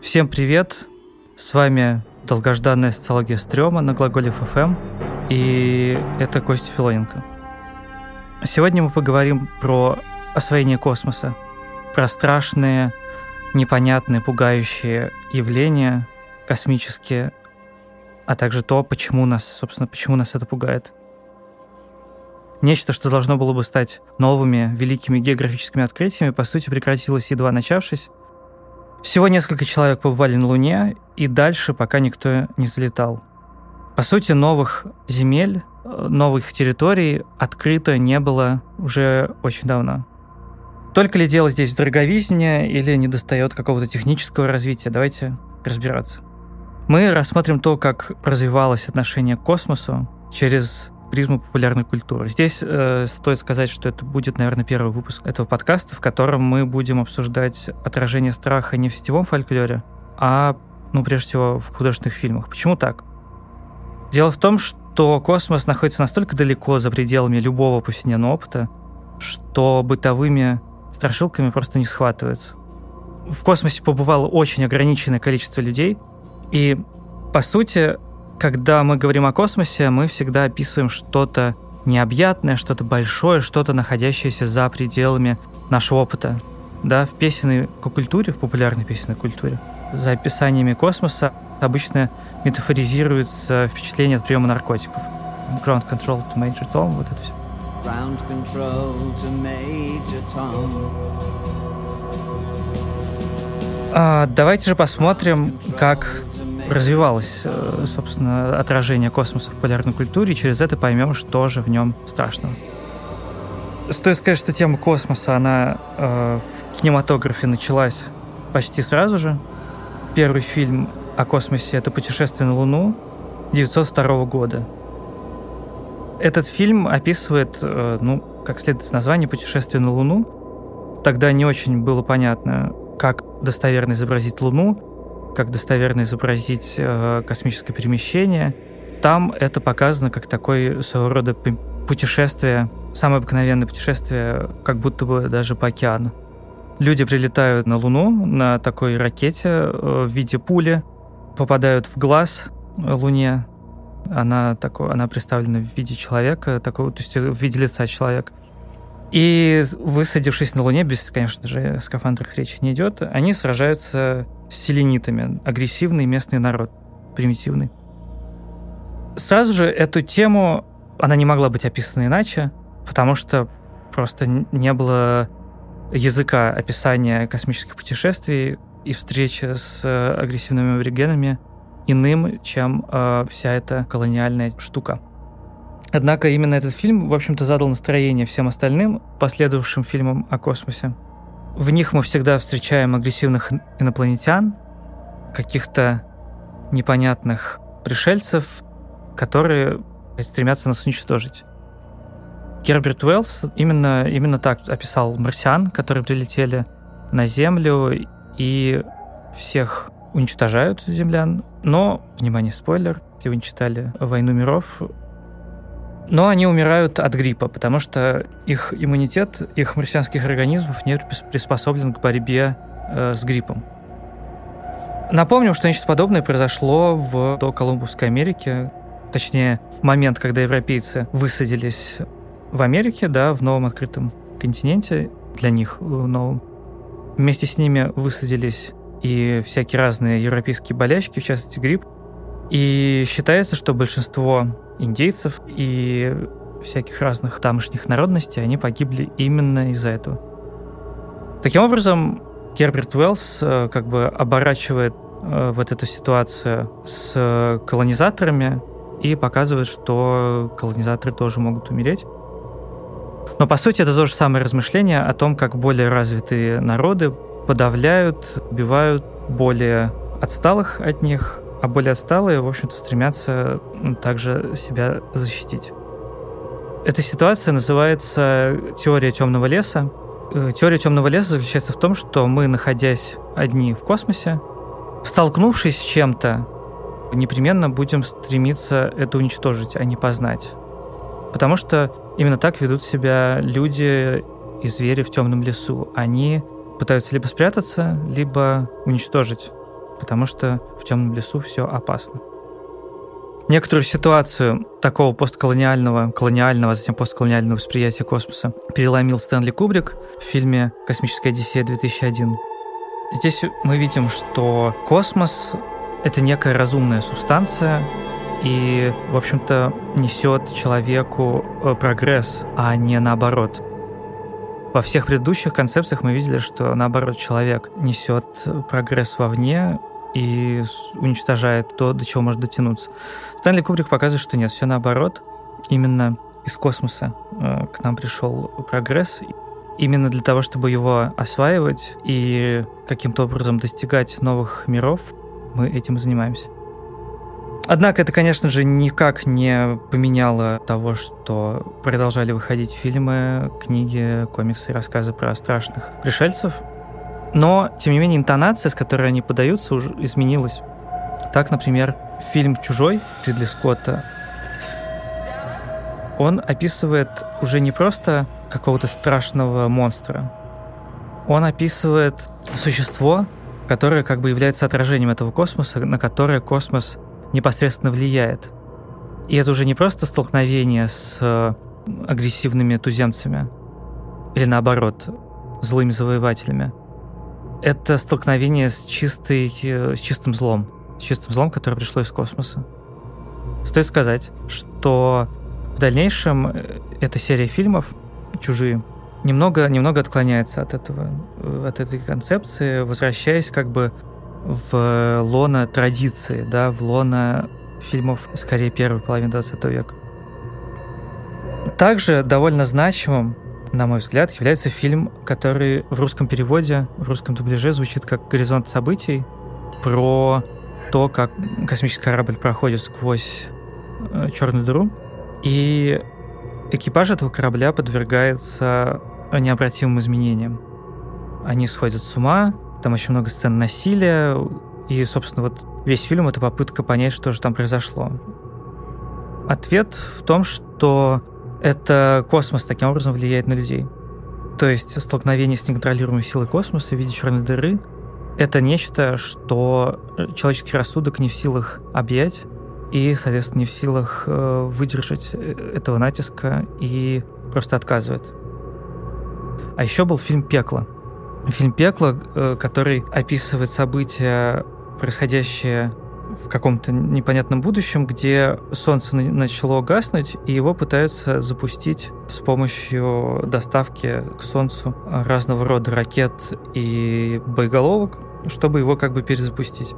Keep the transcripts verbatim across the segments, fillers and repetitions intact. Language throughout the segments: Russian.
Всем привет! С вами долгожданная социология стрёма на глаголе эф эм, и это Костя Филоненко. Сегодня мы поговорим про освоение космоса, про страшные, непонятные, пугающие явления космические, а также то, почему нас, собственно, почему нас это пугает. Нечто, что должно было бы стать новыми, великими географическими открытиями, по сути, прекратилось, едва начавшись. Всего несколько человек побывали на Луне, и дальше пока никто не залетал. По сути, новых земель, новых территорий открыто не было уже очень давно. Только ли дело здесь в дороговизне или недостает какого-то технического развития? Давайте разбираться. Мы рассмотрим то, как развивалось отношение к космосу через призму популярной культуры. Здесь э, стоит сказать, что это будет, наверное, первый выпуск этого подкаста, в котором мы будем обсуждать отражение страха не в сетевом фольклоре, а, ну, прежде всего, в художественных фильмах. Почему так? Дело в том, что космос находится настолько далеко за пределами любого повседневного опыта, что бытовыми страшилками просто не схватывается. В космосе побывало очень ограниченное количество людей, и, по сути, когда мы говорим о космосе, мы всегда описываем что-то необъятное, что-то большое, что-то, находящееся за пределами нашего опыта. Да, в песенной культуре, в популярной песенной культуре, за описаниями космоса обычно метафоризируется впечатление от приема наркотиков. Ground control to Major Tom, вот это все. Ground control to Major Tom. А, давайте же посмотрим, как развивалось, собственно, отражение космоса в популярной культуре, и через это поймем, что же в нем страшного. Стоит сказать, что тема космоса, она э, в кинематографе началась почти сразу же. Первый фильм о космосе — это «Путешествие на Луну» девятьсот второго года. Этот фильм описывает, э, ну, как следует из названия, «Путешествие на Луну». Тогда не очень было понятно, как достоверно изобразить Луну, как достоверно изобразить э, космическое перемещение. Там это показано как такое своего рода путешествие, самое обыкновенное путешествие, как будто бы даже по океану. Люди прилетают на Луну на такой ракете э, в виде пули, попадают в глаз Луне. Она, такой, она представлена в виде человека, такой, то есть в виде лица человека. И, высадившись на Луне, без, конечно же, о скафандрах речи не идет, они сражаются с селенитами, агрессивный местный народ, примитивный. Сразу же эту тему, она не могла быть описана иначе, потому что просто не было языка описания космических путешествий и встречи с агрессивными аборигенами иным, чем э, вся эта колониальная штука. Однако именно этот фильм, в общем-то, задал настроение всем остальным последовавшим фильмам о космосе. В них мы всегда встречаем агрессивных инопланетян, каких-то непонятных пришельцев, которые стремятся нас уничтожить. Герберт Уэллс именно, именно так описал марсиан, которые прилетели на Землю и всех уничтожают, землян. Но, внимание, спойлер, если вы не читали «Войну миров», но они умирают от гриппа, потому что их иммунитет, их марсианских организмов не приспособлен к борьбе э, с гриппом. Напомним, что нечто подобное произошло в доколумбовской Америке, точнее, в момент, когда европейцы высадились в Америке, да, в новом открытом континенте, для них новом. Вместе с ними высадились и всякие разные европейские болячки, в частности, грипп. И считается, что большинство индейцев и всяких разных тамошних народностей, они погибли именно из-за этого. Таким образом, Герберт Уэллс как бы оборачивает вот эту ситуацию с колонизаторами и показывает, что колонизаторы тоже могут умереть. Но, по сути, это то же самое размышление о том, как более развитые народы подавляют, убивают более отсталых от них, а более отсталые, в общем-то, стремятся также себя защитить. Эта ситуация называется теория темного леса. Теория темного леса заключается в том, что мы, находясь одни в космосе, столкнувшись с чем-то, непременно будем стремиться это уничтожить, а не познать. Потому что именно так ведут себя люди и звери в темном лесу. Они пытаются либо спрятаться, либо уничтожить. потому что в темном лесу все опасно. Некоторую ситуацию такого постколониального, колониального, а затем постколониального восприятия космоса переломил Стэнли Кубрик в фильме «Космическая Одиссея» две тысячи один. Здесь мы видим, что космос — это некая разумная субстанция и, в общем-то, несет человеку прогресс, а не наоборот. Во всех предыдущих концепциях мы видели, что, наоборот, человек несет прогресс вовне и уничтожает то, до чего может дотянуться. Стэнли Кубрик показывает, что нет, все наоборот. Именно из космоса э, к нам пришел прогресс. Именно для того, чтобы его осваивать и каким-то образом достигать новых миров, мы этим и занимаемся. Однако это, конечно же, никак не поменяло того, что продолжали выходить фильмы, книги, комиксы и рассказы про страшных пришельцев. Но, тем не менее, интонация, с которой они подаются, уже изменилась. Так, например, фильм «Чужой» Ридли Скотта, он описывает уже не просто какого-то страшного монстра. Он описывает существо, которое как бы является отражением этого космоса, на которое космос непосредственно влияет. И это уже не просто столкновение с агрессивными туземцами или, наоборот, злыми завоевателями. Это столкновение с, чистой, с чистым злом, с чистым злом, которое пришло из космоса. Стоит сказать, что в дальнейшем эта серия фильмов «Чужие» немного, немного отклоняется от этого, от этой концепции, возвращаясь как бы в лоно традиции, да, в лоно фильмов, скорее, первой половины двадцатого века. Также довольно значимым, на мой взгляд, является фильм, который в русском переводе, в русском дубляже звучит как «Горизонт событий», про то, как космический корабль проходит сквозь черную дыру, и экипаж этого корабля подвергается необратимым изменениям. Они сходят с ума, там очень много сцен насилия, и, собственно, вот весь фильм — это попытка понять, что же там произошло. Ответ в том, что это космос таким образом влияет на людей. То есть столкновение с неконтролируемой силой космоса в виде черной дыры — это нечто, что человеческий рассудок не в силах объять и, соответственно, не в силах выдержать этого натиска и просто отказывает. А еще был фильм «Пекло». Фильм «Пекло», который описывает события, происходящие в каком-то непонятном будущем, где солнце начало гаснуть, и его пытаются запустить с помощью доставки к солнцу разного рода ракет и боеголовок, чтобы его как бы перезапустить.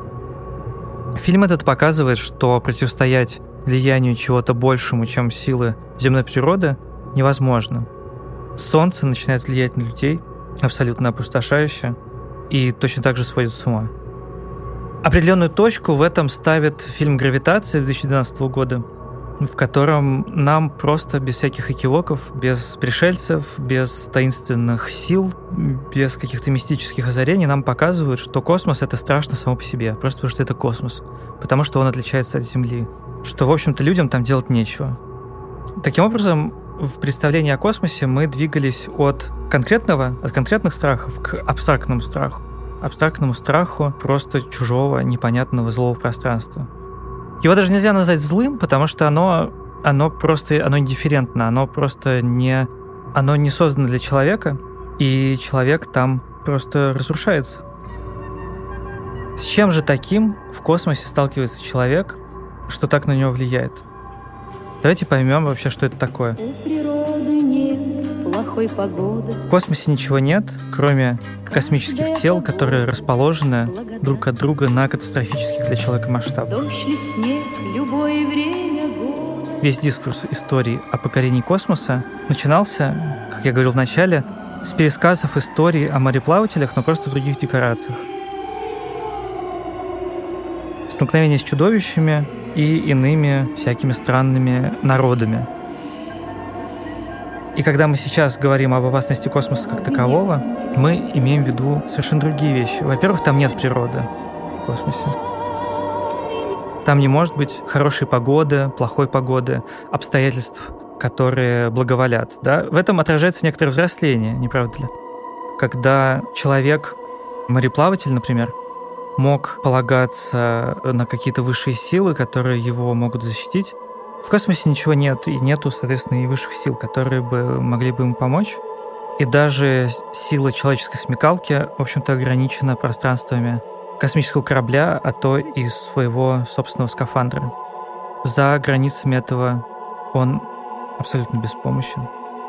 Фильм этот показывает, что противостоять влиянию чего-то большему, чем силы земной природы, невозможно. Солнце начинает влиять на людей абсолютно опустошающе и точно так же сводит с ума. Определенную точку в этом ставит фильм «Гравитация» две тысячи двенадцатого года, в котором нам просто без всяких экивоков, без пришельцев, без таинственных сил, без каких-то мистических озарений нам показывают, что космос — это страшно само по себе, просто потому что это космос, потому что он отличается от Земли, что, в общем-то, людям там делать нечего. Таким образом, в представлении о космосе мы двигались от конкретного, от конкретных страхов к абстрактному страху. абстрактному страху просто чужого, непонятного, злого пространства. Его даже нельзя назвать злым, потому что оно, оно просто, оно индифферентно, оно просто не, оно не создано для человека, и человек там просто разрушается. С чем же таким в космосе сталкивается человек, что так на него влияет? Давайте поймем вообще, что это такое. В космосе ничего нет, кроме космических тел, которые расположены друг от друга на катастрофических для человека масштабах. Весь дискурс истории о покорении космоса начинался, как я говорил в начале, с пересказов истории о мореплавателях, но просто в других декорациях. Столкновение с чудовищами и иными всякими странными народами. И когда мы сейчас говорим об опасности космоса как такового, мы имеем в виду совершенно другие вещи. Во-первых, там нет природы в космосе. Там не может быть хорошей погоды, плохой погоды, обстоятельств, которые благоволят. Да? В этом отражается некоторое взросление, не правда ли? Когда человек, мореплаватель, например, мог полагаться на какие-то высшие силы, которые его могут защитить. В космосе ничего нет, и нету, соответственно, и высших сил, которые бы могли бы ему помочь. И даже сила человеческой смекалки, в общем-то, ограничена пространствами космического корабля, а то и своего собственного скафандра. За границами этого он абсолютно беспомощен.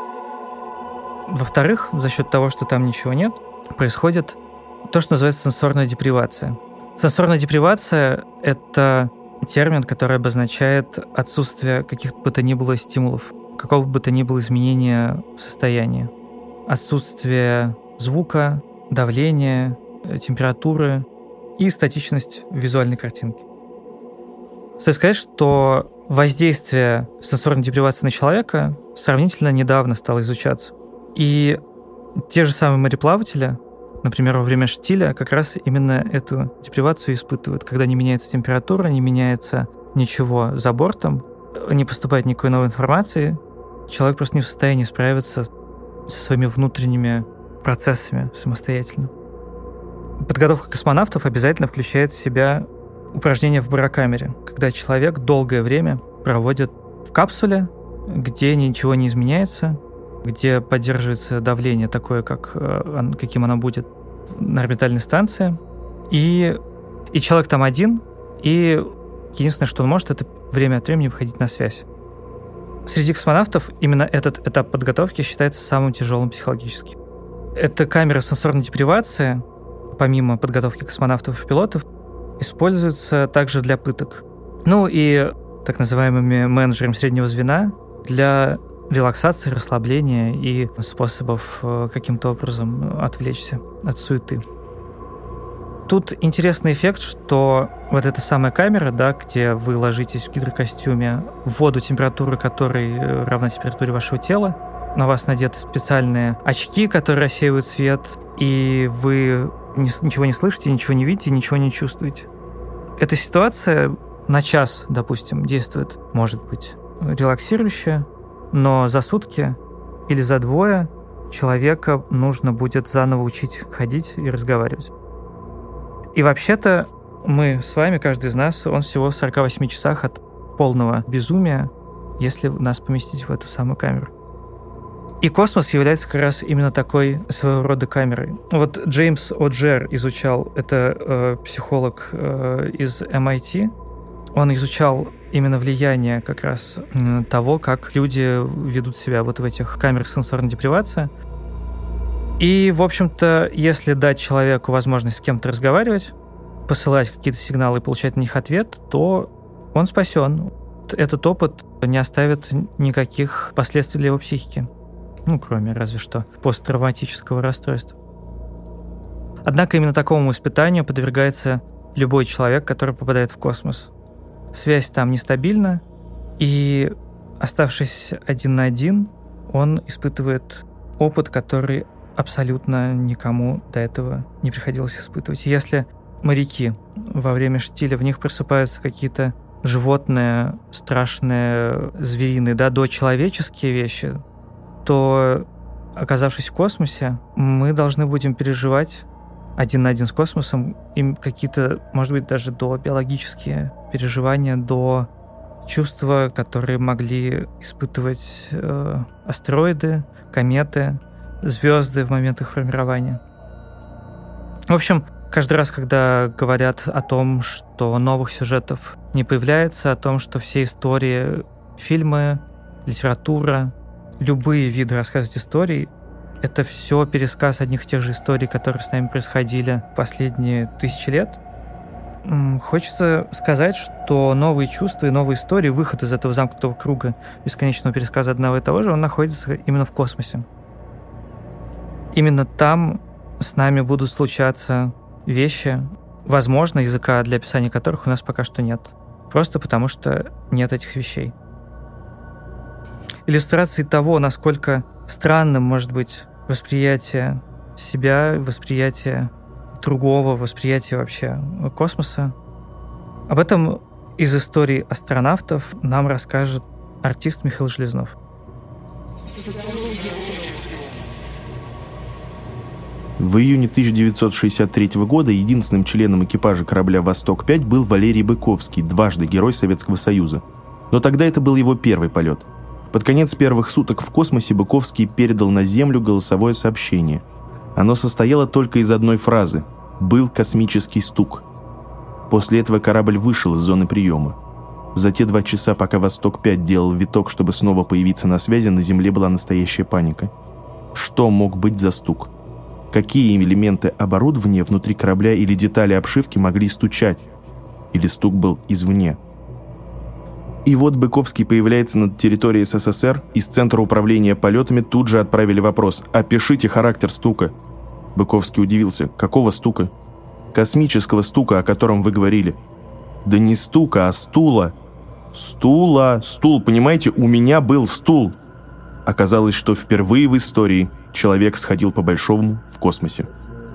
Во-вторых, за счет того, что там ничего нет, происходит то, что называется сенсорная депривация. Сенсорная депривация — это термин, который обозначает отсутствие каких бы то ни было стимулов, какого бы то ни было изменения в состоянии. Отсутствие звука, давления, температуры и статичность визуальной картинки. Стоит сказать, что воздействие сенсорной депривации на человека сравнительно недавно стало изучаться. И те же самые мореплаватели, например, во время штиля, как раз именно эту депривацию испытывают, когда не меняется температура, не меняется ничего за бортом, не поступает никакой новой информации, человек просто не в состоянии справиться со своими внутренними процессами самостоятельно. Подготовка космонавтов обязательно включает в себя упражнения в барокамере, когда человек долгое время проводит в капсуле, где ничего не изменяется, где поддерживается давление такое, как, каким оно будет на орбитальной станции. И, и человек там один, и единственное, что он может, это время от времени выходить на связь. Среди космонавтов именно этот этап подготовки считается самым тяжелым психологически. Эта камера сенсорной депривации, помимо подготовки космонавтов и пилотов, используется также для пыток. Ну и так называемыми менеджерами среднего звена для релаксации, расслабления и способов каким-то образом отвлечься от суеты. Тут интересный эффект, что вот эта самая камера, да, где вы ложитесь в гидрокостюме в воду, температура которой равна температуре вашего тела, на вас надеты специальные очки, которые рассеивают свет, и вы ничего не слышите, ничего не видите, ничего не чувствуете. Эта ситуация на час, допустим, действует, может быть, релаксирующе, но за сутки или за двое человека нужно будет заново учить ходить и разговаривать. И вообще-то мы с вами, каждый из нас, он всего в сорока восьми часах от полного безумия, если нас поместить в эту самую камеру. И космос является как раз именно такой своего рода камерой. Вот Джеймс О'Джер изучал, это э, психолог э, из эм ай ти, он изучал именно влияние как раз э, того, как люди ведут себя вот в этих камерах сенсорной депривации. И, в общем-то, если дать человеку возможность с кем-то разговаривать, посылать какие-то сигналы и получать на них ответ, то он спасен. Этот опыт не оставит никаких последствий для его психики. Ну, кроме разве что посттравматического расстройства. Однако именно такому испытанию подвергается любой человек, который попадает в космос. Связь там нестабильна, и, оставшись один на один, он испытывает опыт, который абсолютно никому до этого не приходилось испытывать. Если моряки во время штиля, в них просыпаются какие-то животные, страшные, звериные, да, дочеловеческие вещи, то, оказавшись в космосе, мы должны будем переживать один на один с космосом им какие-то, может быть, даже до биологические переживания, до чувства, которые могли испытывать э, астероиды, кометы, звезды в момент их формирования. В общем, каждый раз, когда говорят о том, что новых сюжетов не появляется, о том, что все истории, фильмы, литература, любые виды рассказывать историй — это все пересказ одних и тех же историй, которые с нами происходили последние тысячи лет, хочется сказать, что новые чувства и новые истории, выход из этого замкнутого круга бесконечного пересказа одного и того же, он находится именно в космосе. Именно там с нами будут случаться вещи, возможно, языка для описания которых у нас пока что нет. Просто потому, что нет этих вещей. Иллюстрацией того, насколько странным может быть восприятие себя, восприятие другого, восприятие вообще космоса. Об этом из истории астронавтов нам расскажет артист Михаил Железнов. В июне тысяча девятьсот шестьдесят третьего года единственным членом экипажа корабля «Восток пять» был Валерий Быковский, дважды Герой Советского Союза. Но тогда это был его первый полет. Под конец первых суток в космосе Быковский передал на Землю голосовое сообщение. Оно состояло только из одной фразы: «Был космический стук». После этого корабль вышел из зоны приема. За те два часа, пока «Восток пять» делал виток, чтобы снова появиться на связи, на Земле была настоящая паника. Что мог быть за стук? Какие элементы оборудования внутри корабля или детали обшивки могли стучать? Или стук был извне? И вот Быковский появляется на территории СССР, из Центра управления полетами тут же отправили вопрос: «Опишите характер стука». Быковский удивился: «Какого стука?» «Космического стука, о котором вы говорили». «Да не стука, а стула». «Стула, стул, понимаете, у меня был стул». Оказалось, что впервые в истории человек сходил по-большому в космосе.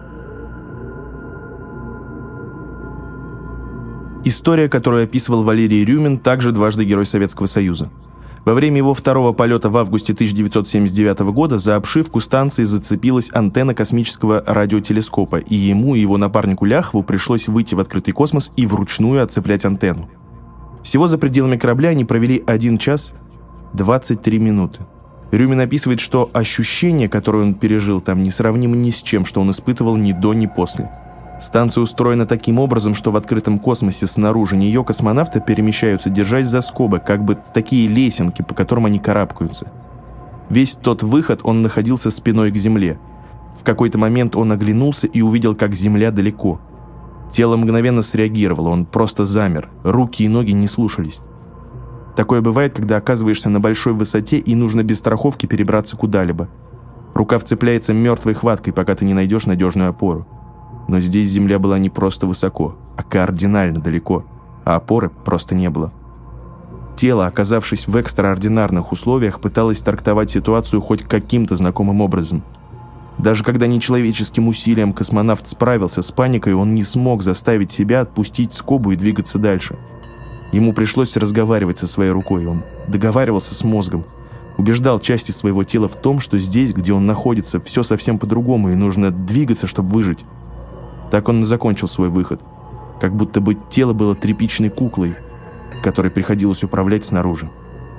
История, которую описывал Валерий Рюмин, также дважды Герой Советского Союза. Во время его второго полета в августе тысяча девятьсот семьдесят девятого года за обшивку станции зацепилась антенна космического радиотелескопа, и ему и его напарнику Ляхову пришлось выйти в открытый космос и вручную отцеплять антенну. Всего за пределами корабля они провели один час двадцать три минуты. Рюмин описывает, что ощущение, которое он пережил там, несравнимо ни с чем, что он испытывал ни до, ни после. Станция устроена таким образом, что в открытом космосе снаружи нее космонавты перемещаются, держась за скобы, как бы такие лесенки, по которым они карабкаются. Весь тот выход он находился спиной к земле. В какой-то момент он оглянулся и увидел, как земля далеко. Тело мгновенно среагировало, он просто замер, руки и ноги не слушались. Такое бывает, когда оказываешься на большой высоте и нужно без страховки перебраться куда-либо. Рука вцепляется мертвой хваткой, пока ты не найдешь надежную опору. Но здесь земля была не просто высоко, а кардинально далеко, а опоры просто не было. Тело, оказавшись в экстраординарных условиях, пыталось трактовать ситуацию хоть каким-то знакомым образом. Даже когда нечеловеческим усилием космонавт справился с паникой, он не смог заставить себя отпустить скобу и двигаться дальше. Ему пришлось разговаривать со своей рукой, он договаривался с мозгом, убеждал части своего тела в том, что здесь, где он находится, все совсем по-другому, и нужно двигаться, чтобы выжить. Так он и закончил свой выход, как будто бы тело было тряпичной куклой, которой приходилось управлять снаружи.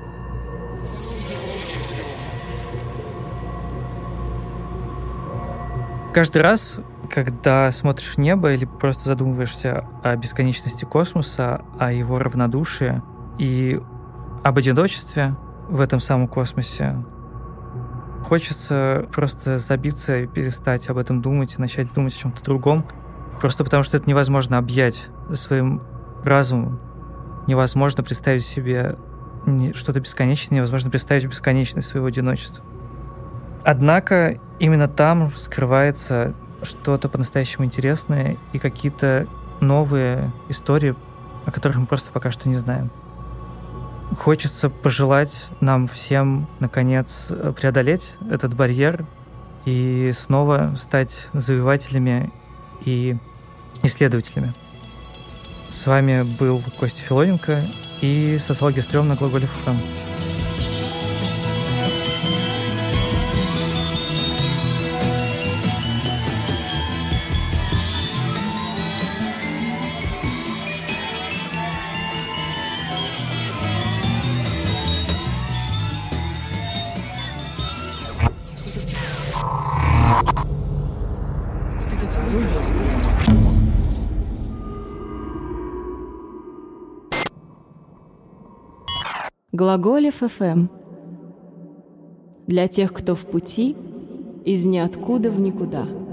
Каждый раз, когда смотришь в небо или просто задумываешься о бесконечности космоса, о его равнодушии и об одиночестве в этом самом космосе, хочется просто забиться и перестать об этом думать, и начать думать о чем-то другом, просто потому что это невозможно объять своим разумом. Невозможно представить себе что-то бесконечное, невозможно представить бесконечность своего одиночества. Однако именно там скрывается что-то по-настоящему интересное и какие-то новые истории, о которых мы просто пока что не знаем. Хочется пожелать нам всем, наконец, преодолеть этот барьер и снова стать завоевателями и исследователями. С вами был Костя Филоненко и «Социология стрёмно» на Глаголев эф эм. Глаголев эф эм. Для тех, кто в пути, из ниоткуда в никуда.